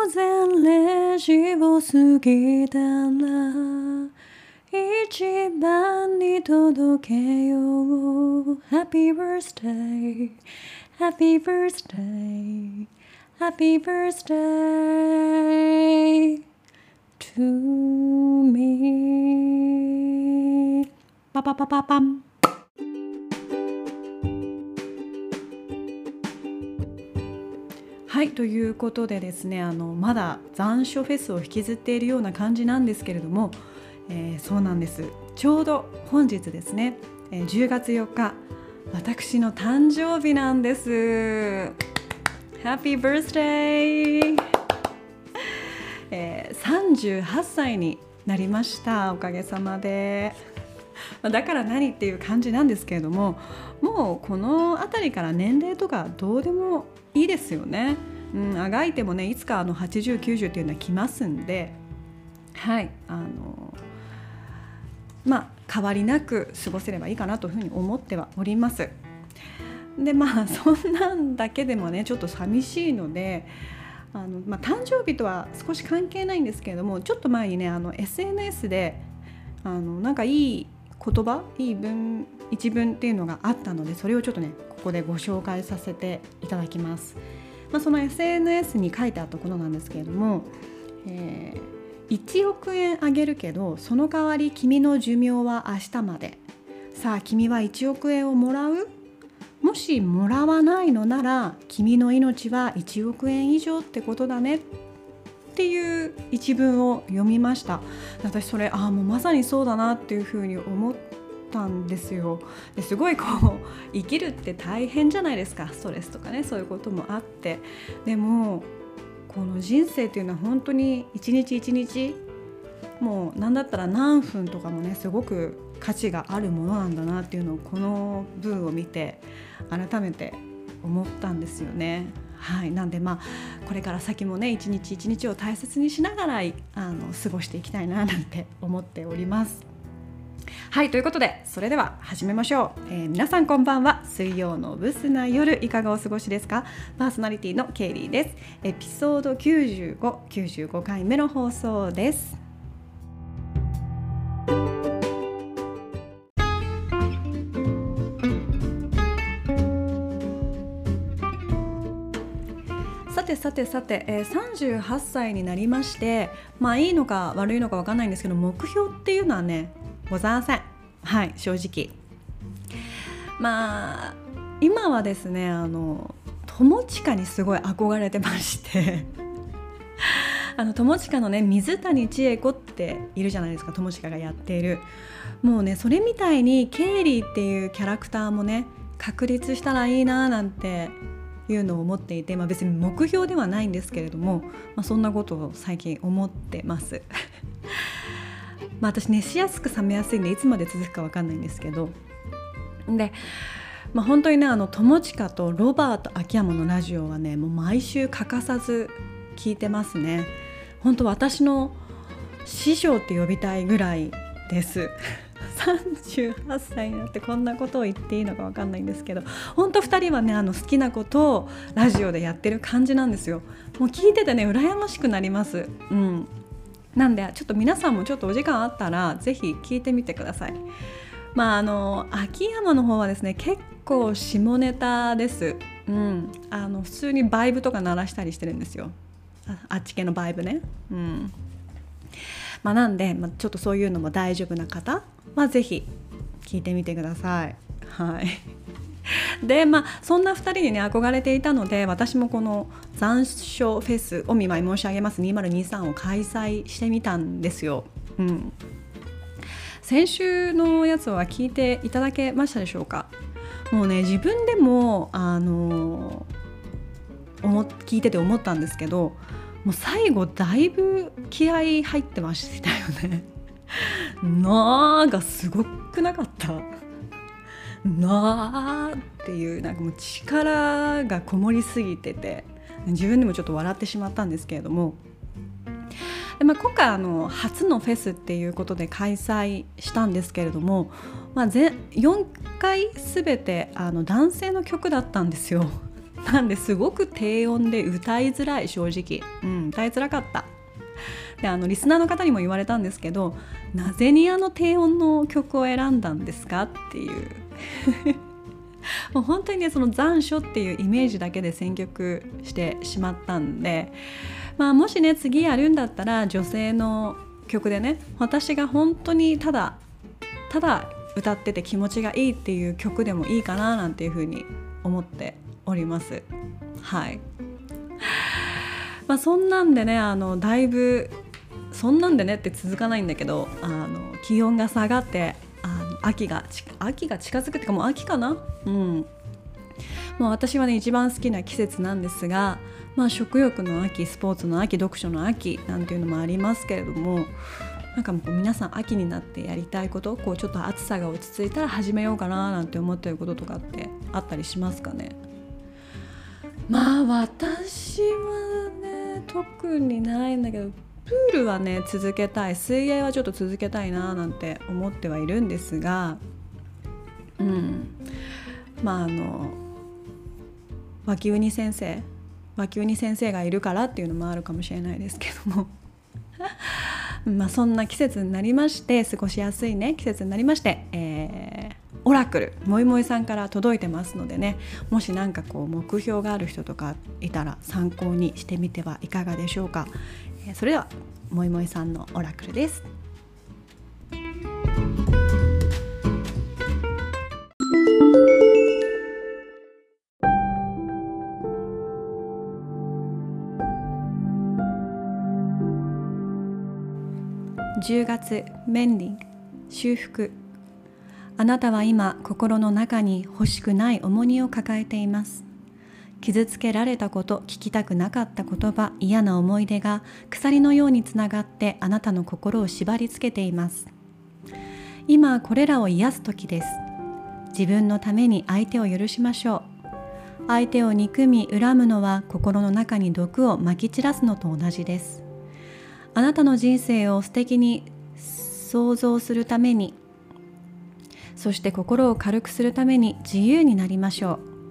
前0時を過ぎたら一番に届けよう Happy birthday Happy birthday Happy birthday to me パパパパパン。はい、ということでですね、まだ残暑フェスを引きずっているような感じなんですけれども、そうなんです。ちょうど本日ですね、10月4日私の誕生日なんです。Happy birthday、38歳になりました。おかげさまで。だから何っていう感じなんですけれども、もうこの辺りから年齢とかどうでもいいですよね。あがいてもね、いつか80、90っていうのは来ますんで、はい、変わりなく過ごせればいいかなというふうに思ってはおります。でそんなんだけでもねちょっと寂しいので、誕生日とは少し関係ないんですけれども、ちょっと前にねSNS でなんかいい言葉、いい一文っていうのがあったので、それをちょっとねここでご紹介させていただきます。その SNS に書いてあったことなんですけれども、1億円あげるけどその代わり君の寿命は明日まで。さあ君は1億円をもらう？もしもらわないのなら君の命は1億円以上ってことだねっていう一文を読みました。私それもうまさにそうだなっていうふうに思ったんですよ。ですごい生きるって大変じゃないですか。ストレスとかね、そういうこともあって、でもこの人生っていうのは本当に一日一日、もう何だったら何分とかもねすごく価値があるものなんだなっていうのをこの文を見て改めて思ったんですよね。はい、なんでこれから先もね一日一日を大切にしながら過ごしていきたいななんて思っております。はい、ということでそれでは始めましょう。皆さんこんばんは。水曜のブスな夜いかがお過ごしですか？パーソナリティのケイリーです。エピソード95回目の放送です。さて、38歳になりまして、いいのか悪いのか分かんないんですけど、目標っていうのはねございません。はい、正直今はですね友近にすごい憧れてまして友近のね水谷千恵子っているじゃないですか。友近がやっている、もうねそれみたいにケイリーっていうキャラクターもね確立したらいいななんていうのを思っていて、別に目標ではないんですけれども、そんなことを最近思ってます私熱しやすく冷めやすいんでいつまで続くか分かんないんですけど、で、本当にね友近とロバート秋山のラジオはねもう毎週欠かさず聞いてますね。本当私の師匠って呼びたいぐらいです38歳になってこんなことを言っていいのか分かんないんですけど、本当2人はね好きなことをラジオでやってる感じなんですよ。もう聞いててね羨ましくなります。なんでちょっと皆さんもちょっとお時間あったらぜひ聞いてみてください。秋山の方はですね結構下ネタです。普通にバイブとか鳴らしたりしてるんですよ。あっち系のバイブね。なんで、ちょっとそういうのも大丈夫な方はぜひ聞いてみてください。はいでそんな2人にね憧れていたので、私もこの残暑フェスお見舞い申し上げます2023を開催してみたんですよ。先週のやつは聞いていただけましたでしょうか？もうね自分でも聞いてて思ったんですけど、もう最後だいぶ気合い入ってましたよねなんかすごくなかった？っていうもう力がこもりすぎてて、自分でもちょっと笑ってしまったんですけれども、で今回初のフェスっていうことで開催したんですけれども、4回すべて男性の曲だったんですよなんですごく低音で歌いづらい、正直、歌いづらかった。でリスナーの方にも言われたんですけど、なぜに低音の曲を選んだんですかっていうもう本当にね、その残暑っていうイメージだけで選曲してしまったんで、もしね次やるんだったら女性の曲でね、私が本当にただ歌ってて気持ちがいいっていう曲でもいいかななんていうふうに思っております。はい。そんなんでね、だいぶそんなんでねって続かないんだけど、気温が下がって秋が近づくっていうか、もう秋かな。もう私はね一番好きな季節なんですが、食欲の秋、スポーツの秋、読書の秋なんていうのもありますけれども、なんかもう皆さん秋になってやりたいこと、ちょっと暑さが落ち着いたら始めようかななんて思ってることとかってあったりしますかね。私はね特にないんだけど、プールはね続けたい、水泳はちょっと続けたいななんて思ってはいるんですが、脇ウニ先生がいるからっていうのもあるかもしれないですけどもそんな季節になりまして、過ごしやすいね季節になりまして、オラクルもいもいさんから届いてますのでね、もしなんか目標がある人とかいたら参考にしてみてはいかがでしょうか。それではもいもいさんのオラクルです。10月、メンディング、修復。あなたは今心の中に欲しくない重荷を抱えています。傷つけられたこと、聞きたくなかった言葉、嫌な思い出が鎖のようにつながってあなたの心を縛り付けています。今これらを癒す時です。自分のために相手を許しましょう。相手を憎み恨むのは心の中に毒をまき散らすのと同じです。あなたの人生を素敵に想像するために、そして心を軽くするために自由になりましょう。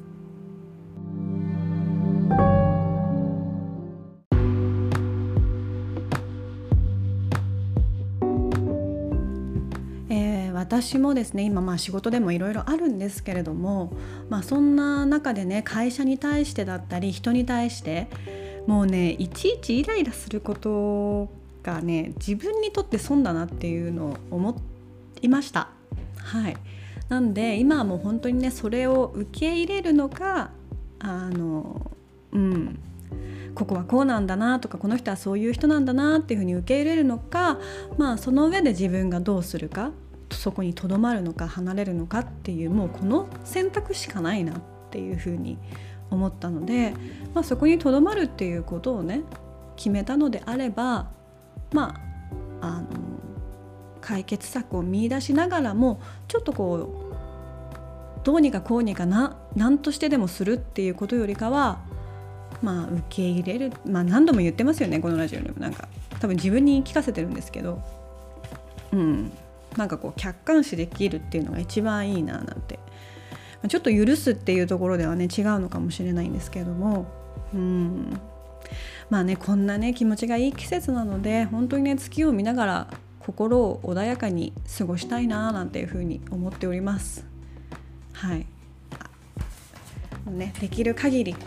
私もですね、今仕事でもいろいろあるんですけれども、そんな中でね、会社に対してだったり人に対してもうね、いちいちイライラすることがね、自分にとって損だなっていうのを思いました。はい。なんで今はもう本当にね、それを受け入れるのか、ここはこうなんだなとか、この人はそういう人なんだなっていうふうに受け入れるのか、その上で自分がどうするか、そこにとどまるのか離れるのかっていう、もうこの選択しかないなっていうふうに思ったので、そこにとどまるっていうことをね決めたのであれば、解決策を見出しながらも、ちょっとどうにかこうにか何としてでもするっていうことよりかは、受け入れる、何度も言ってますよね、このラジオでも。なんか多分自分に聞かせてるんですけど、客観視できるっていうのが一番いいななんて。ちょっと許すっていうところではね違うのかもしれないんですけれども、こんなね気持ちがいい季節なので、本当にね月を見ながら心を穏やかに過ごしたいななんていうふうに思っております。はい。できる限り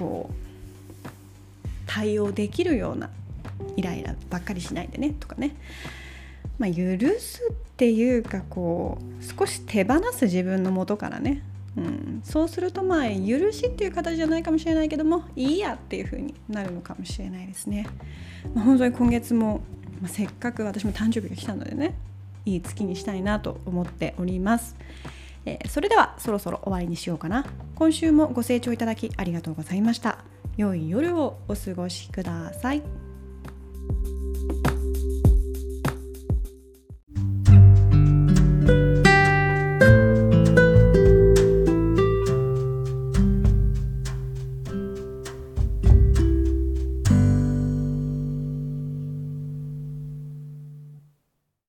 対応できるような、イライラばっかりしないでねとかね、許すっていうか少し手放す、自分の元からね、そうすると許しっていう形じゃないかもしれないけども、いいやっていう風になるのかもしれないですね。本当に今月も、せっかく私も誕生日が来たのでね、いい月にしたいなと思っております。それではそろそろ終わりにしようかな。今週もご清聴いただきありがとうございました。良い夜をお過ごしください。